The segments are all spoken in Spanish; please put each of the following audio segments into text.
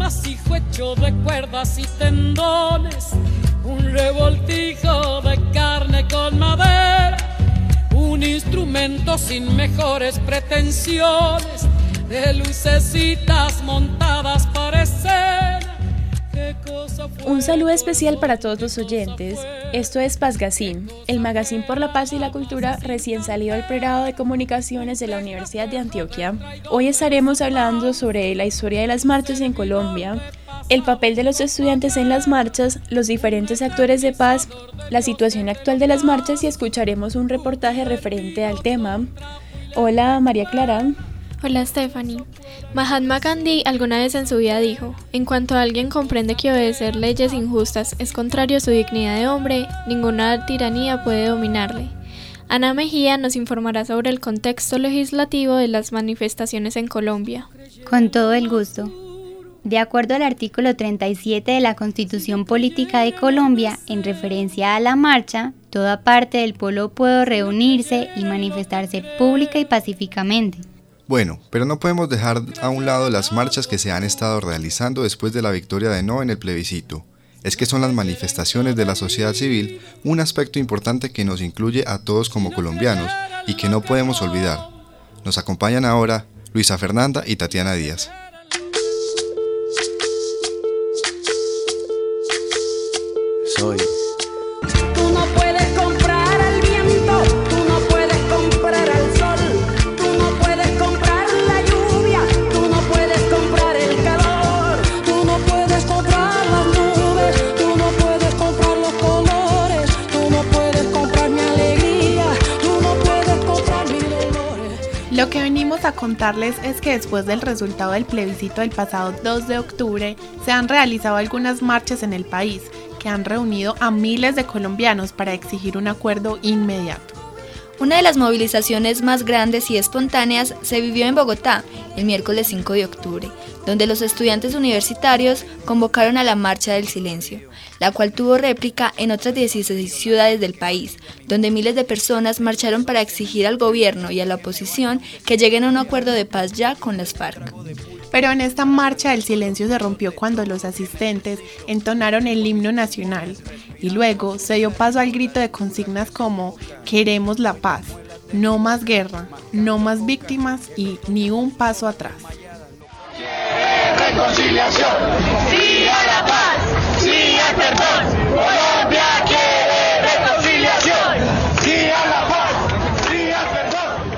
amasijo hecho de cuerdas y tendones, un revoltijo de carne con madera, un instrumento sin mejores pretensiones, de lucecitas montadas para escena. Un saludo especial para todos los oyentes. Esto es Pazgazín, el magazine por la paz y la cultura recién salido del pregrado de comunicaciones de la Universidad de Antioquia. Hoy estaremos hablando sobre la historia de las marchas en Colombia, el papel de los estudiantes en las marchas, los diferentes actores de paz, la situación actual de las marchas y escucharemos un reportaje referente al tema. Hola María Clara. Hola Stephanie. Mahatma Gandhi alguna vez en su vida dijo: en cuanto alguien comprende que obedecer leyes injustas es contrario a su dignidad de hombre, ninguna tiranía puede dominarle. Ana Mejía nos informará sobre el contexto legislativo de las manifestaciones en Colombia. Con todo el gusto. De acuerdo al artículo 37 de la Constitución Política de Colombia, en referencia a la marcha, toda parte del pueblo puede reunirse y manifestarse pública y pacíficamente. Bueno, pero no podemos dejar a un lado las marchas que se han estado realizando después de la victoria de no en el plebiscito. Es que son las manifestaciones de la sociedad civil un aspecto importante que nos incluye a todos como colombianos y que no podemos olvidar. Nos acompañan ahora Luisa Fernanda y Tatiana Díaz. Soy. Tú no puedes comprar al viento, tú no puedes comprar al sol, tú no puedes comprar la lluvia, tú no puedes comprar el calor, tú no puedes comprar las nubes, tú no puedes comprar los colores, tú no puedes comprar mi alegría, tú no puedes comprar mi dolor. Lo que venimos a contarles es que después del resultado del plebiscito del pasado 2 de octubre, se han realizado algunas marchas en el país, que han reunido a miles de colombianos para exigir un acuerdo inmediato. Una de las movilizaciones más grandes y espontáneas se vivió en Bogotá el miércoles 5 de octubre, donde los estudiantes universitarios convocaron a la Marcha del Silencio, la cual tuvo réplica en otras 16 ciudades del país, donde miles de personas marcharon para exigir al gobierno y a la oposición que lleguen a un acuerdo de paz ya con las FARC. Pero en esta marcha el silencio se rompió cuando los asistentes entonaron el himno nacional y luego se dio paso al grito de consignas como "Queremos la paz", "No más guerra", "No más víctimas" y "Ni un paso atrás". Reconciliación, sí a la paz, sí al perdón. Colombia quiere reconciliación, sí a la paz, sí al perdón.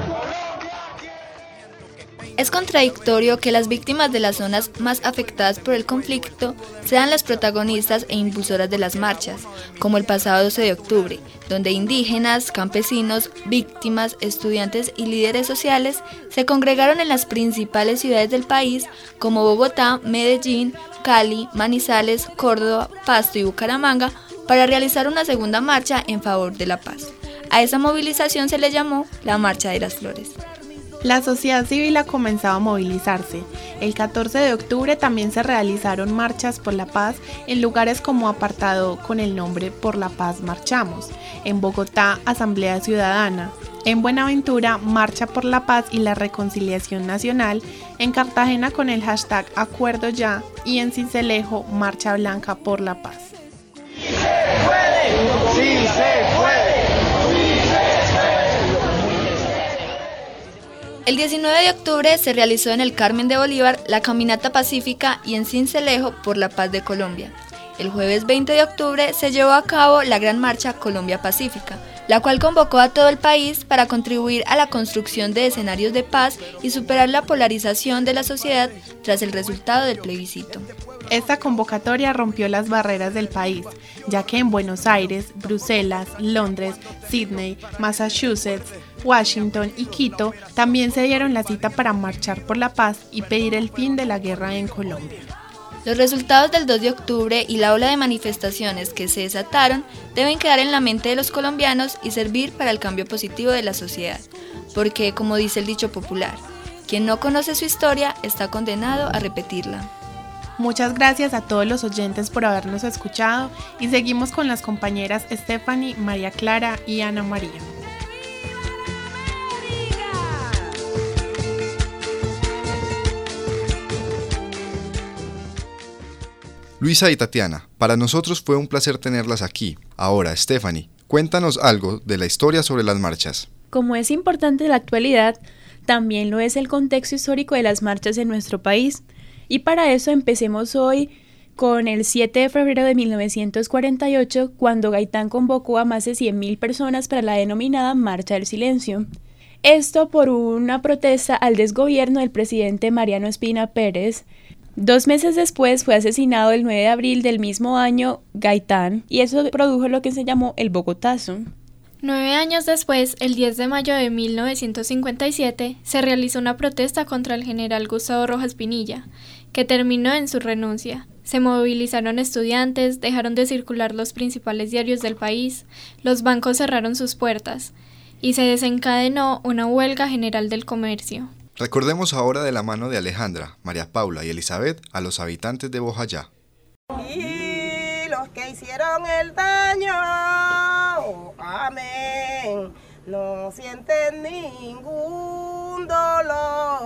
Es contradictorio que las víctimas de las zonas más afectadas por el conflicto sean las protagonistas e impulsoras de las marchas, como el pasado 12 de octubre, donde indígenas, campesinos, víctimas, estudiantes y líderes sociales se congregaron en las principales ciudades del país, como Bogotá, Medellín, Cali, Manizales, Córdoba, Pasto y Bucaramanga, para realizar una segunda marcha en favor de la paz. A esa movilización se le llamó la Marcha de las Flores. La sociedad civil ha comenzado a movilizarse. El 14 de octubre también se realizaron marchas por la paz en lugares como Apartado con el nombre Por la Paz Marchamos, en Bogotá, Asamblea Ciudadana, en Buenaventura, Marcha por la Paz y la Reconciliación Nacional, en Cartagena con el hashtag Acuerdo Ya y en Sincelejo, Marcha Blanca por la Paz. ¡Sí se puede! ¡Sí se puede! El 19 de octubre se realizó en el Carmen de Bolívar la Caminata Pacífica y en Sincelejo por la Paz de Colombia. El jueves 20 de octubre se llevó a cabo la Gran Marcha Colombia Pacífica, la cual convocó a todo el país para contribuir a la construcción de escenarios de paz y superar la polarización de la sociedad tras el resultado del plebiscito. Esta convocatoria rompió las barreras del país, ya que en Buenos Aires, Bruselas, Londres, Sydney, Massachusetts, Washington y Quito también se dieron la cita para marchar por la paz y pedir el fin de la guerra en Colombia. Los resultados del 2 de octubre y la ola de manifestaciones que se desataron deben quedar en la mente de los colombianos y servir para el cambio positivo de la sociedad, porque, como dice el dicho popular, quien no conoce su historia está condenado a repetirla. Muchas gracias a todos los oyentes por habernos escuchado y seguimos con las compañeras Stephanie, María Clara y Ana María. Luisa y Tatiana, para nosotros fue un placer tenerlas aquí. Ahora, Stephanie, cuéntanos algo de la historia sobre las marchas. Como es importante la actualidad, también lo es el contexto histórico de las marchas en nuestro país. Y para eso empecemos hoy con el 7 de febrero de 1948, cuando Gaitán convocó a más de 100.000 personas para la denominada Marcha del Silencio. Esto por una protesta al desgobierno del presidente Mariano Espina Pérez. 2 meses después fue asesinado el 9 de abril del mismo año Gaitán, y eso produjo lo que se llamó el Bogotazo. 9 años después, el 10 de mayo de 1957, se realizó una protesta contra el general Gustavo Rojas Pinilla, que terminó en su renuncia. Se movilizaron estudiantes, dejaron de circular los principales diarios del país, los bancos cerraron sus puertas, y se desencadenó una huelga general del comercio. Recordemos ahora de la mano de Alejandra, María Paula y Elizabeth a los habitantes de Bojayá. Y los que hicieron el daño, amén, no sienten ningún dolor.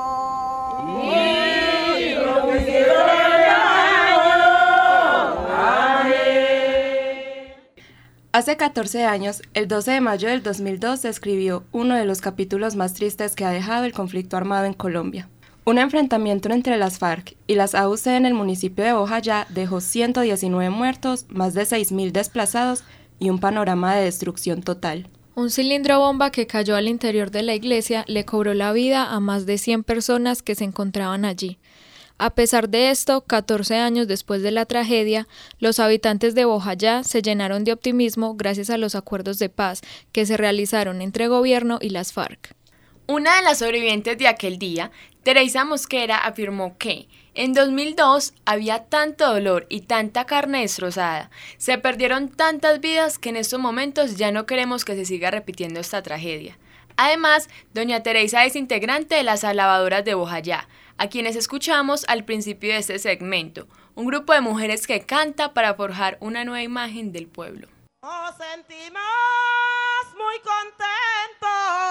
Y los que hicieron el daño, amén. Hace 14 años, el 12 de mayo del 2002, se escribió uno de los capítulos más tristes que ha dejado el conflicto armado en Colombia. Un enfrentamiento entre las FARC y las AUC en el municipio de Bojayá dejó 119 muertos, más de 6.000 desplazados y un panorama de destrucción total. Un cilindro bomba que cayó al interior de la iglesia le cobró la vida a más de 100 personas que se encontraban allí. A pesar de esto, 14 años después de la tragedia, los habitantes de Bojayá se llenaron de optimismo gracias a los acuerdos de paz que se realizaron entre gobierno y las FARC. Una de las sobrevivientes de aquel día, Teresa Mosquera, afirmó que en 2002 había tanto dolor y tanta carne destrozada, se perdieron tantas vidas que en estos momentos ya no queremos que se siga repitiendo esta tragedia. Además, doña Teresa es integrante de las Alabadoras de Bojayá, a quienes escuchamos al principio de este segmento, un grupo de mujeres que canta para forjar una nueva imagen del pueblo. Nos sentimos muy contentos,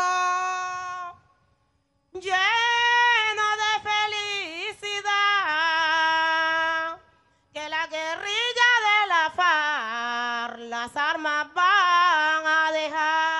llenos de felicidad, que la guerrilla de la FARC las armas van a dejar.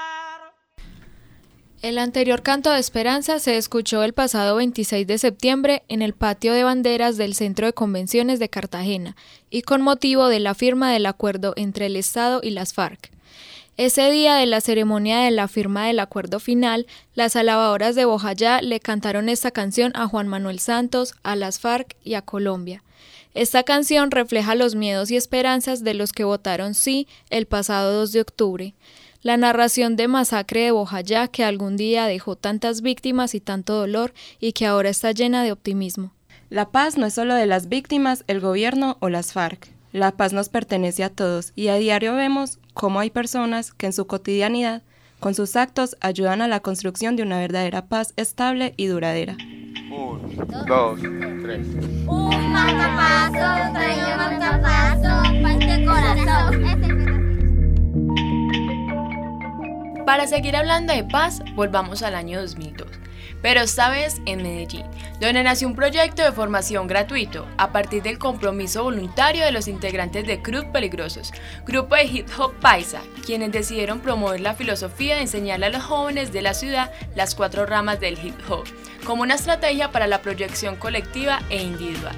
El anterior canto de esperanza se escuchó el pasado 26 de septiembre en el patio de banderas del Centro de Convenciones de Cartagena y con motivo de la firma del acuerdo entre el Estado y las FARC. Ese día de la ceremonia de la firma del acuerdo final, las Alabadoras de Bojayá le cantaron esta canción a Juan Manuel Santos, a las FARC y a Colombia. Esta canción refleja los miedos y esperanzas de los que votaron sí el pasado 2 de octubre. La narración de masacre de Bojayá que algún día dejó tantas víctimas y tanto dolor y que ahora está llena de optimismo. La paz no es solo de las víctimas, el gobierno o las FARC. La paz nos pertenece a todos y a diario vemos cómo hay personas que en su cotidianidad, con sus actos, ayudan a la construcción de una verdadera paz estable y duradera. 1, 2, 3. Un marcapaso, trae un marcapaso, paz de corazón. Para seguir hablando de paz, volvamos al año 2002, pero esta vez en Medellín, donde nació un proyecto de formación gratuito a partir del compromiso voluntario de los integrantes de Cruz Peligrosos, grupo de hip hop paisa, quienes decidieron promover la filosofía de enseñarle a los jóvenes de la ciudad las 4 ramas del hip hop, como una estrategia para la proyección colectiva e individual.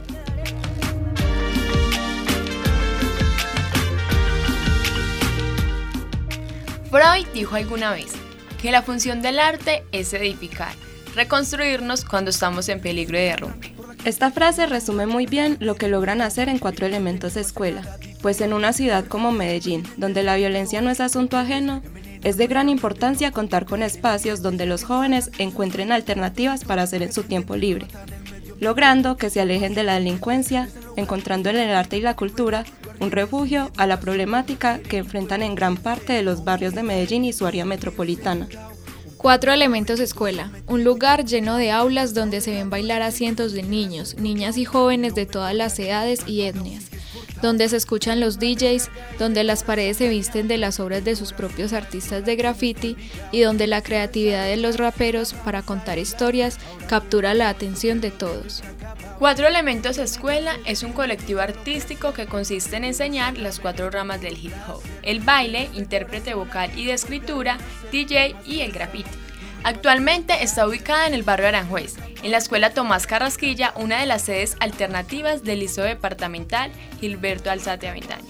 Freud dijo alguna vez que la función del arte es edificar, reconstruirnos cuando estamos en peligro de derrumbe. Esta frase resume muy bien lo que logran hacer en 4 elementos de escuela, pues en una ciudad como Medellín, donde la violencia no es asunto ajeno, es de gran importancia contar con espacios donde los jóvenes encuentren alternativas para hacer en su tiempo libre, logrando que se alejen de la delincuencia, encontrando en el arte y la cultura un refugio a la problemática que enfrentan en gran parte de los barrios de Medellín y su área metropolitana. 4 elementos escuela, un lugar lleno de aulas donde se ven bailar a cientos de niños, niñas y jóvenes de todas las edades y etnias, donde se escuchan los DJs, donde las paredes se visten de las obras de sus propios artistas de graffiti y donde la creatividad de los raperos para contar historias captura la atención de todos. Cuatro Elementos Escuela es un colectivo artístico que consiste en enseñar las 4 ramas del hip hop: el baile, intérprete vocal y de escritura, DJ y el graffiti. Actualmente está ubicada en el barrio Aranjuez, en la Escuela Tomás Carrasquilla, una de las sedes alternativas del Liceo Departamental Gilberto Alzate Avendaño.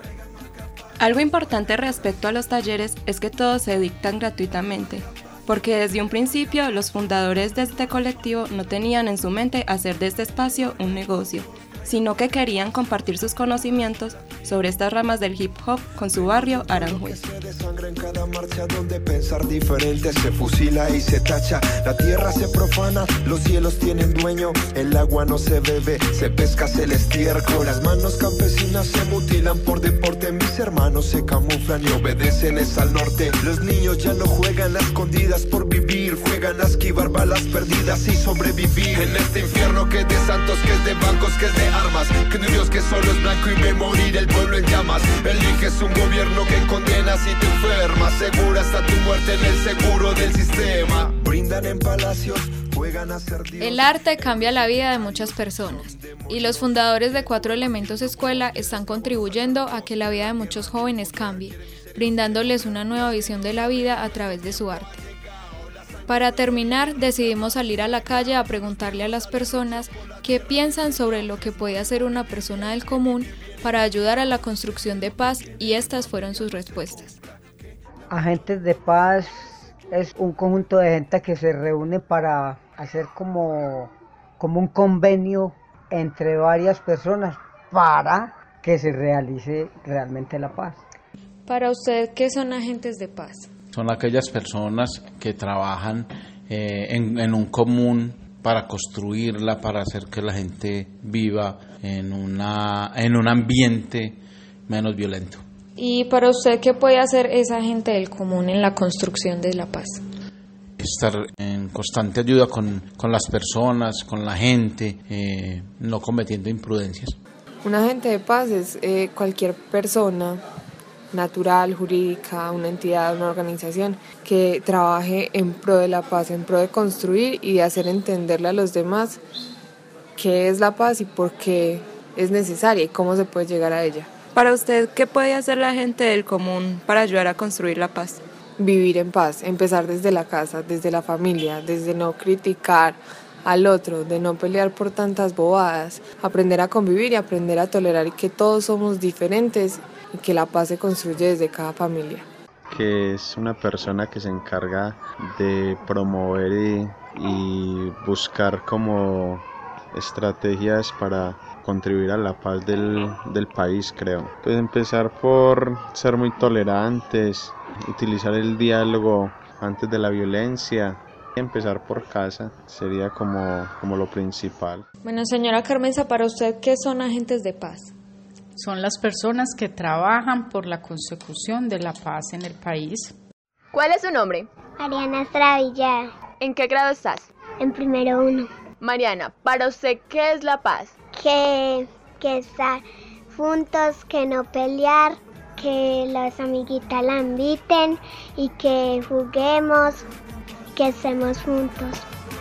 Algo importante respecto a los talleres es que todos se dictan gratuitamente, porque desde un principio los fundadores de este colectivo no tenían en su mente hacer de este espacio un negocio, sino que querían compartir sus conocimientos sobre estas ramas del hip hop con su barrio Aranjuez. En cada marcha donde pensar diferente se fusila y se tacha, la tierra se profana, los cielos tienen dueño, el agua no se bebe, se pesca, se el estiércol, las manos campesinas se mutilan por deporte, mis hermanos se camuflan y obedecen es al norte, los niños ya no juegan a escondidas por vivir, juegan a esquivar balas perdidas y sobrevivir en este infierno que es de santos, que es de bancos, que es de armas, que de Dios que solo es blanco y ve morir el pueblo en llamas. Eliges un gobierno que condena si te enfermas, segura hasta tu muerte en el seguro del sistema. Brindan en palacios, juegan a ser Dios. El arte cambia la vida de muchas personas y los fundadores de 4 Elementos Escuela están contribuyendo a que la vida de muchos jóvenes cambie, brindándoles una nueva visión de la vida a través de su arte. Para terminar, decidimos salir a la calle a preguntarle a las personas qué piensan sobre lo que puede hacer una persona del común para ayudar a la construcción de paz, y estas fueron sus respuestas. Agentes de Paz es un conjunto de gente que se reúne para hacer como un convenio entre varias personas para que se realice realmente la paz. Para usted, ¿qué son agentes de paz? Son aquellas personas que trabajan en un común para construirla, para hacer que la gente viva en un ambiente menos violento. ¿Y para usted qué puede hacer esa gente del común en la construcción de la paz? Estar en constante ayuda con las personas, con la gente, no cometiendo imprudencias. Un agente de paz es cualquier persona natural, jurídica, una entidad, una organización que trabaje en pro de la paz, en pro de construir y de hacer entenderle a los demás qué es la paz y por qué es necesaria y cómo se puede llegar a ella. Para usted, ¿qué puede hacer la gente del común para ayudar a construir la paz? Vivir en paz, empezar desde la casa, desde la familia, desde no criticar al otro, de no pelear por tantas bobadas, aprender a convivir y aprender a tolerar y que todos somos diferentes y que la paz se construye desde cada familia. Que es una persona que se encarga de promover y buscar como estrategias para contribuir a la paz del país, creo. Pues empezar por ser muy tolerantes, utilizar el diálogo antes de la violencia. Empezar por casa sería como lo principal. Bueno, señora Carmenza, para usted, ¿qué son agentes de paz? Son las personas que trabajan por la consecución de la paz en el país. ¿Cuál es su nombre? Mariana Estravilla. ¿En qué grado estás? En primero 1. Mariana, para usted, ¿qué es la paz? Que estar juntos, que no pelear, que las amiguitas la inviten y que juguemos, que estemos juntos.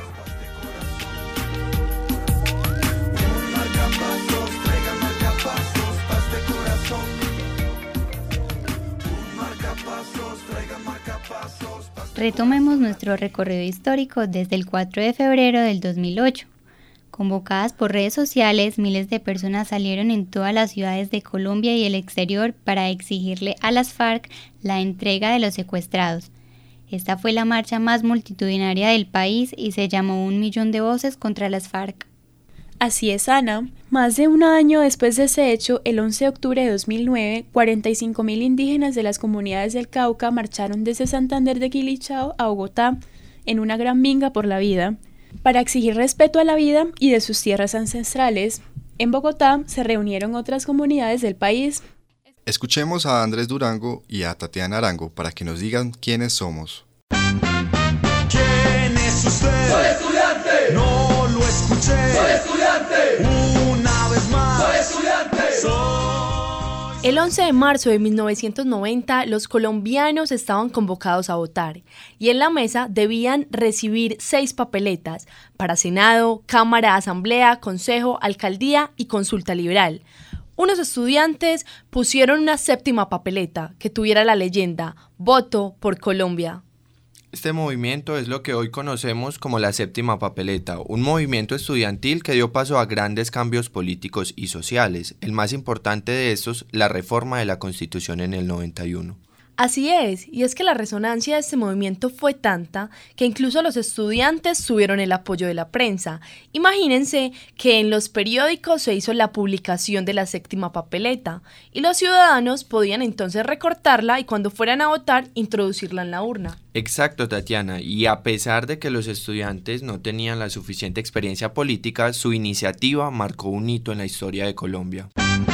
Retomemos nuestro recorrido histórico desde el 4 de febrero del 2008. Convocadas por redes sociales, miles de personas salieron en todas las ciudades de Colombia y el exterior para exigirle a las FARC la entrega de los secuestrados. Esta fue la marcha más multitudinaria del país y se llamó 1 millón de voces contra las FARC. Así es, Ana. Más de un año después de ese hecho, el 11 de octubre de 2009, 45.000 indígenas de las comunidades del Cauca marcharon desde Santander de Quilichao a Bogotá en una gran minga por la vida, para exigir respeto a la vida y de sus tierras ancestrales. En Bogotá se reunieron otras comunidades del país. Escuchemos a Andrés Durango y a Tatiana Arango para que nos digan quiénes somos. ¿Quién es usted? Soy estudiante. No lo escuché. Soy estudiante. Una vez más. Soy estudiante. El 11 de marzo de 1990, los colombianos estaban convocados a votar y en la mesa debían recibir 6 papeletas para Senado, Cámara, Asamblea, Consejo, Alcaldía y Consulta Liberal. Unos estudiantes pusieron una 7ª papeleta que tuviera la leyenda «Voto por Colombia». Este movimiento es lo que hoy conocemos como la 7ª papeleta, un movimiento estudiantil que dio paso a grandes cambios políticos y sociales. El más importante de estos, la reforma de la Constitución en el 91. Así es, y es que la resonancia de este movimiento fue tanta que incluso los estudiantes tuvieron el apoyo de la prensa. Imagínense que en los periódicos se hizo la publicación de la 7ª papeleta y los ciudadanos podían entonces recortarla y cuando fueran a votar introducirla en la urna. Exacto, Tatiana, y a pesar de que los estudiantes no tenían la suficiente experiencia política, su iniciativa marcó un hito en la historia de Colombia.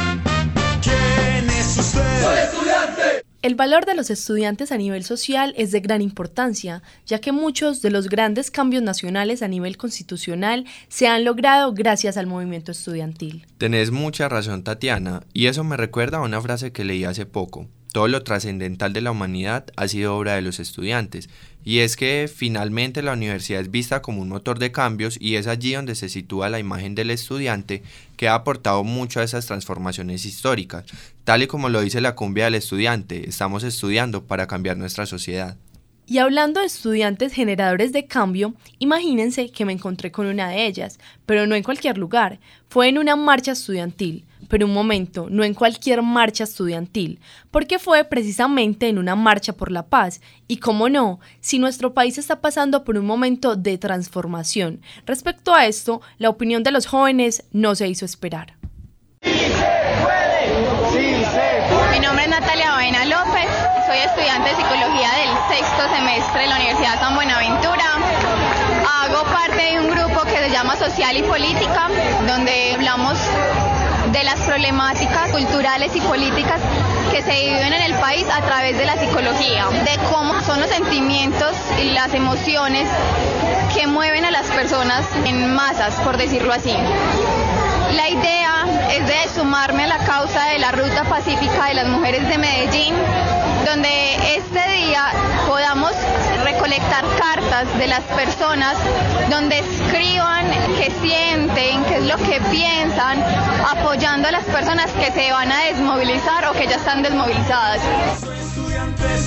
¿Quién es usted? ¡Soy estudiante! El valor de los estudiantes a nivel social es de gran importancia, ya que muchos de los grandes cambios nacionales a nivel constitucional se han logrado gracias al movimiento estudiantil. Tenés mucha razón, Tatiana, y eso me recuerda a una frase que leí hace poco. Todo lo trascendental de la humanidad ha sido obra de los estudiantes, y es que finalmente la universidad es vista como un motor de cambios y es allí donde se sitúa la imagen del estudiante que ha aportado mucho a esas transformaciones históricas. Tal y como lo dice la cumbia del estudiante, estamos estudiando para cambiar nuestra sociedad. Y hablando de estudiantes generadores de cambio, imagínense que me encontré con una de ellas, pero no en cualquier lugar, fue en una marcha estudiantil. Pero un momento, no en cualquier marcha estudiantil, porque fue precisamente en una marcha por la paz. Y cómo no, si nuestro país está pasando por un momento de transformación. Respecto a esto, la opinión de los jóvenes no se hizo esperar. ¡Sí se puede! ¡Sí se puede! Mi nombre es Natalia Baena López, soy estudiante de Psicología del 6º semestre de la Universidad San Buenaventura. Hago parte de un grupo que se llama Social y Política, donde hablamos de las problemáticas culturales y políticas que se viven en el país a través de la psicología, de cómo son los sentimientos y las emociones que mueven a las personas en masas, por decirlo así. La idea es de sumarme a la causa de la Ruta Pacífica de las Mujeres de Medellín, donde este día podamos recolectar cartas de las personas donde escriban qué sienten, qué es lo que piensan, apoyando a las personas que se van a desmovilizar o que ya están desmovilizadas. Soy estudiante,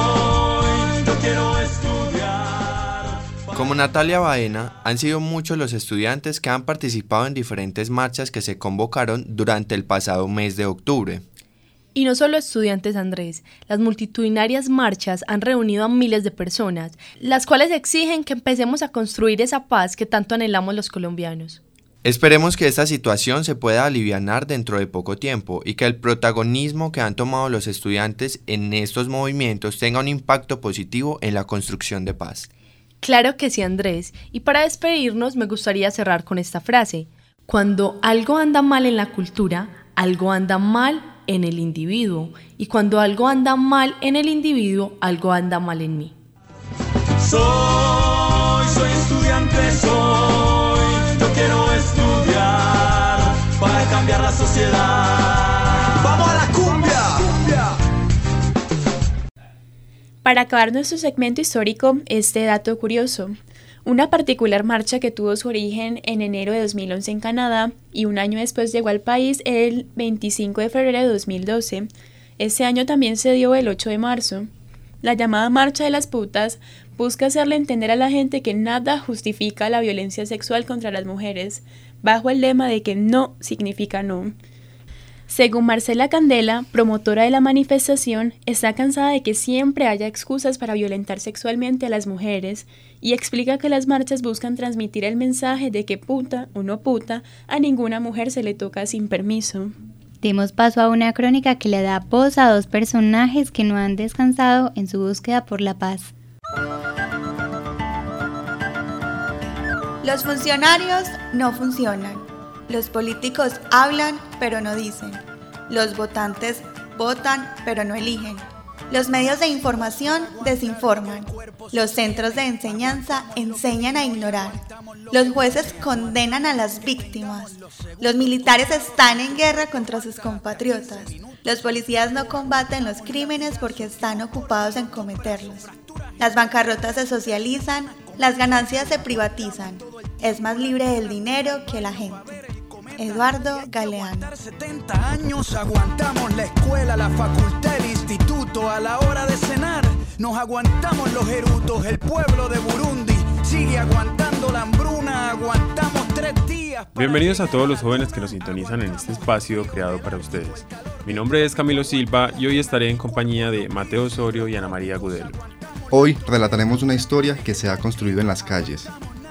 yo quiero estudiar. Como Natalia Baena, han sido muchos los estudiantes que han participado en diferentes marchas que se convocaron durante el pasado mes de octubre. Y no solo estudiantes, Andrés, las multitudinarias marchas han reunido a miles de personas, las cuales exigen que empecemos a construir esa paz que tanto anhelamos los colombianos. Esperemos que esta situación se pueda alivianar dentro de poco tiempo y que el protagonismo que han tomado los estudiantes en estos movimientos tenga un impacto positivo en la construcción de paz. Claro que sí, Andrés, y para despedirnos me gustaría cerrar con esta frase. Cuando algo anda mal en la cultura, algo anda mal en el individuo, y cuando algo anda mal en el individuo, algo anda mal en mí. Soy estudiante, yo quiero estudiar para cambiar la sociedad. ¡Vamos a la cumbia! Para acabar nuestro segmento histórico, este dato curioso. Una particular marcha que tuvo su origen en enero de 2011 en Canadá y un año después llegó al país el 25 de febrero de 2012. Este año también se dio el 8 de marzo. La llamada Marcha de las Putas busca hacerle entender a la gente que nada justifica la violencia sexual contra las mujeres, bajo el lema de que no significa no. Según Marcela Candela, promotora de la manifestación, está cansada de que siempre haya excusas para violentar sexualmente a las mujeres y explica que las marchas buscan transmitir el mensaje de que puta o no puta, a ninguna mujer se le toca sin permiso. Demos paso a una crónica que le da voz a 2 personajes que no han descansado en su búsqueda por la paz. Los funcionarios no funcionan. Los políticos hablan, pero no dicen. Los votantes votan, pero no eligen. Los medios de información desinforman. Los centros de enseñanza enseñan a ignorar. Los jueces condenan a las víctimas. Los militares están en guerra contra sus compatriotas. Los policías no combaten los crímenes porque están ocupados en cometerlos. Las bancarrotas se socializan, las ganancias se privatizan. Es más libre el dinero que la gente. Eduardo Galeano. 70 años aguantamos la escuela, la facultad, el instituto. A la hora de cenar nos aguantamos los erutos. El pueblo de Burundi sigue aguantando la hambruna. Aguantamos 3 días. Bienvenidos a todos los jóvenes que nos sintonizan en este espacio creado para ustedes. Mi nombre es Camilo Silva y hoy estaré en compañía de Mateo Osorio y Ana María Gudelo. Hoy relataremos una historia que se ha construido en las calles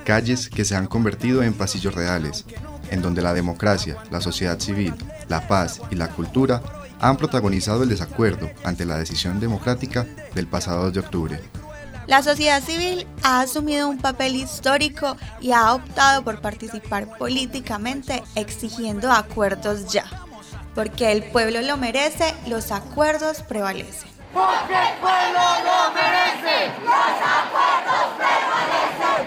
que se han convertido en pasillos reales, en donde la democracia, la sociedad civil, la paz y la cultura han protagonizado el desacuerdo ante la decisión democrática del pasado 2 de octubre. La sociedad civil ha asumido un papel histórico y ha optado por participar políticamente exigiendo acuerdos ya. Porque el pueblo lo merece, los acuerdos prevalecen. Porque el pueblo lo merece, los acuerdos prevalecen.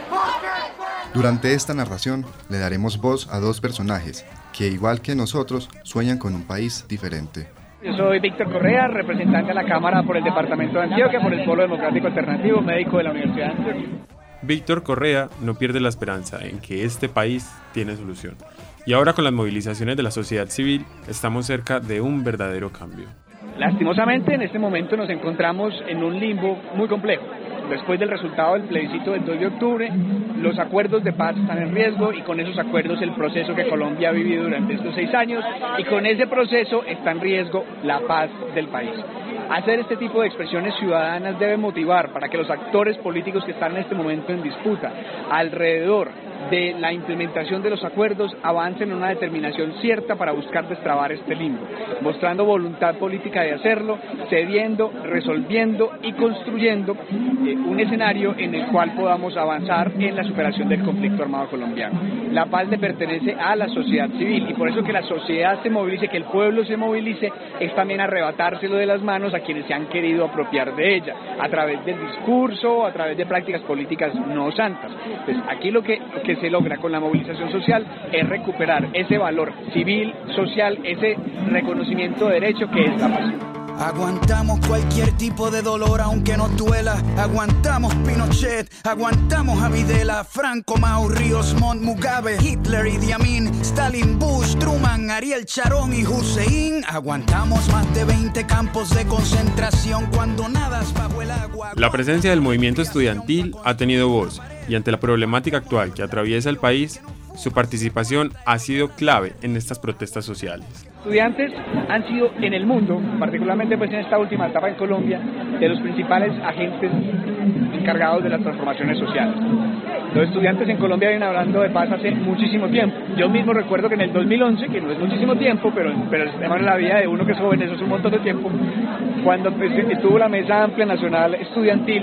Durante esta narración le daremos voz a 2 personajes que, igual que nosotros, sueñan con un país diferente. Yo soy Víctor Correa, representante de la Cámara por el Departamento de Antioquia, por el Polo Democrático Alternativo, médico de la Universidad de Antioquia. Víctor Correa no pierde la esperanza en que este país tiene solución. Y ahora con las movilizaciones de la sociedad civil estamos cerca de un verdadero cambio. Lastimosamente en este momento nos encontramos en un limbo muy complejo. Después del resultado del plebiscito del 2 de octubre, los acuerdos de paz están en riesgo y con esos acuerdos el proceso que Colombia ha vivido durante estos 6 años y con ese proceso está en riesgo la paz del país. Hacer este tipo de expresiones ciudadanas debe motivar para que los actores políticos que están en este momento en disputa alrededor de la implementación de los acuerdos avancen en una determinación cierta para buscar destrabar este limbo, mostrando voluntad política de hacerlo, cediendo, resolviendo y construyendo un escenario en el cual podamos avanzar en la superación del conflicto armado colombiano. La paz le pertenece a la sociedad civil y por eso que la sociedad se movilice, que el pueblo se movilice, es también arrebatárselo de las manos a quienes se han querido apropiar de ella, a través del discurso, a través de prácticas políticas no santas. Pues aquí lo que se logra con la movilización social es recuperar ese valor civil, social, ese reconocimiento de derecho que es la paz. Aguantamos cualquier tipo de dolor aunque nos duela. Aguantamos Pinochet, aguantamos a Videla, Franco, Mao, Ríos Montt, Mugabe, Hitler, Idi Amin, Stalin, Bush, Truman, Ariel Sharon y Hussein. Aguantamos más de 20 campos de concentración cuando nadas bajo el agua. La presencia del movimiento estudiantil ha tenido voz y ante la problemática actual que atraviesa el país, su participación ha sido clave en estas protestas sociales. Estudiantes han sido en el mundo, particularmente pues en esta última etapa en Colombia, de los principales agentes encargados de las transformaciones sociales. Los estudiantes en Colombia vienen hablando de paz hace muchísimo tiempo. Yo mismo recuerdo que en el 2011, que no es muchísimo tiempo, pero en la vida de uno que es joven eso es un montón de tiempo, cuando estuvo la Mesa Amplia Nacional Estudiantil,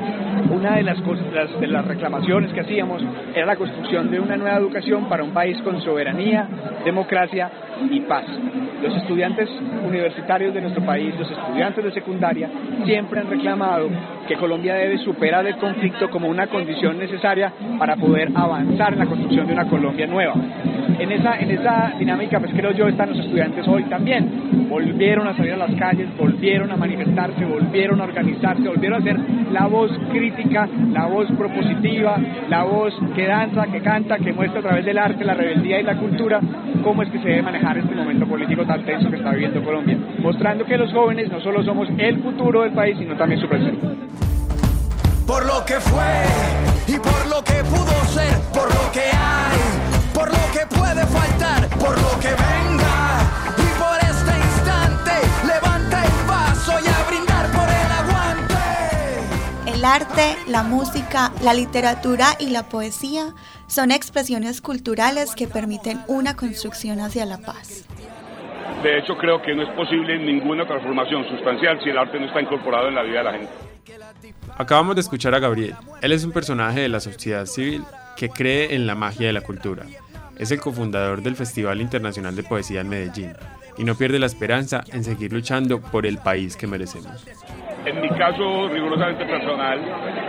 una de las reclamaciones que hacíamos era la construcción de una nueva educación para un país con soberanía, democracia y paz. Los estudiantes universitarios de nuestro país, los estudiantes de secundaria, siempre han reclamado que Colombia debe superar el conflicto como una condición necesaria para poder avanzar en la construcción de una Colombia nueva. En esa dinámica, pues creo yo, están los estudiantes hoy también. Volvieron a salir a las calles, volvieron a manifestarse, volvieron a organizarse, volvieron a ser la voz crítica, la voz propositiva, la voz que danza, que canta, que muestra a través del arte, la rebeldía y la cultura cómo es que se debe manejar este momento político tan tenso que está viviendo Colombia, mostrando que los jóvenes no solo somos el futuro del país, sino también su presente. Por lo que fue y por lo que pudo ser, por lo que hay, por lo que puede faltar, por lo que venga y por este instante, levanta el vaso y a brindar por el aguante. El arte, la música, la literatura y la poesía son expresiones culturales que permiten una construcción hacia la paz. De hecho, creo que no es posible ninguna transformación sustancial si el arte no está incorporado en la vida de la gente. Acabamos de escuchar a Gabriel. Él es un personaje de la sociedad civil que cree en la magia de la cultura. Es el cofundador del Festival Internacional de Poesía en Medellín y no pierde la esperanza en seguir luchando por el país que merecemos. En mi caso, rigurosamente personal,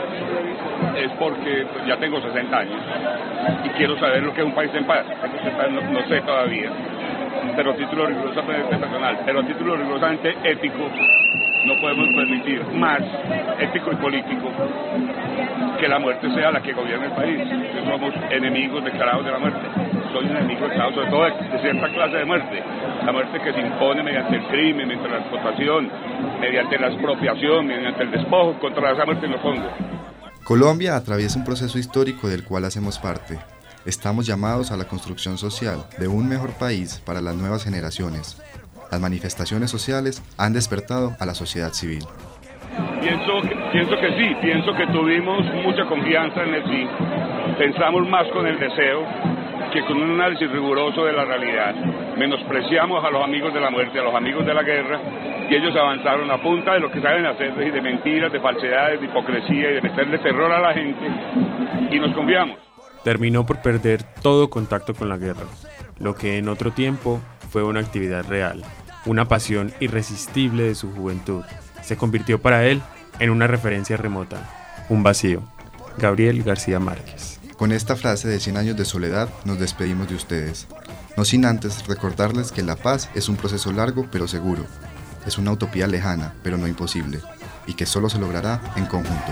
es porque ya tengo 60 años y quiero saber lo que es un país en paz. No sé todavía. pero a título rigurosamente personal, pero a título rigurosamente ético, no podemos permitir más, ético y político, que la muerte sea la que gobierne el país. Somos enemigos declarados de la muerte. Soy un enemigo declarado sobre todo de cierta clase de muerte. La muerte que se impone mediante el crimen, mediante la explotación, mediante la expropiación, mediante el despojo. Contra esa muerte me opongo. Colombia atraviesa un proceso histórico del cual hacemos parte. Estamos llamados a la construcción social de un mejor país para las nuevas generaciones. Las manifestaciones sociales han despertado a la sociedad civil. Pienso que sí, pienso que tuvimos mucha confianza en el sí. Pensamos más con el deseo que con un análisis riguroso de la realidad. Menospreciamos a los amigos de la muerte, a los amigos de la guerra, y ellos avanzaron a punta de lo que saben hacer, de mentiras, de falsedades, de hipocresía y de meterle terror a la gente, y nos confiamos. Terminó por perder todo contacto con la guerra, lo que en otro tiempo fue una actividad real, una pasión irresistible de su juventud. Se convirtió para él en una referencia remota, un vacío. Gabriel García Márquez. Con esta frase de 100 años de soledad nos despedimos de ustedes, no sin antes recordarles que la paz es un proceso largo pero seguro, es una utopía lejana pero no imposible, y que solo se logrará en conjunto.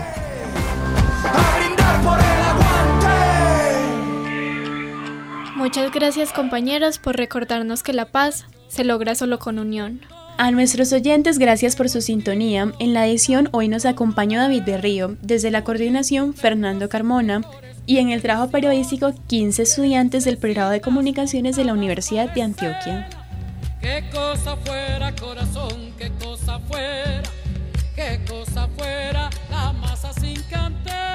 Muchas gracias, compañeros, por recordarnos que la paz se logra solo con unión. A nuestros oyentes, gracias por su sintonía. En la edición hoy nos acompañó David de Río, desde la coordinación Fernando Carmona, y en el trabajo periodístico 15 estudiantes del pregrado de comunicaciones de la Universidad de Antioquia. Qué cosa fuera, corazón, qué cosa fuera la masa sin cantar.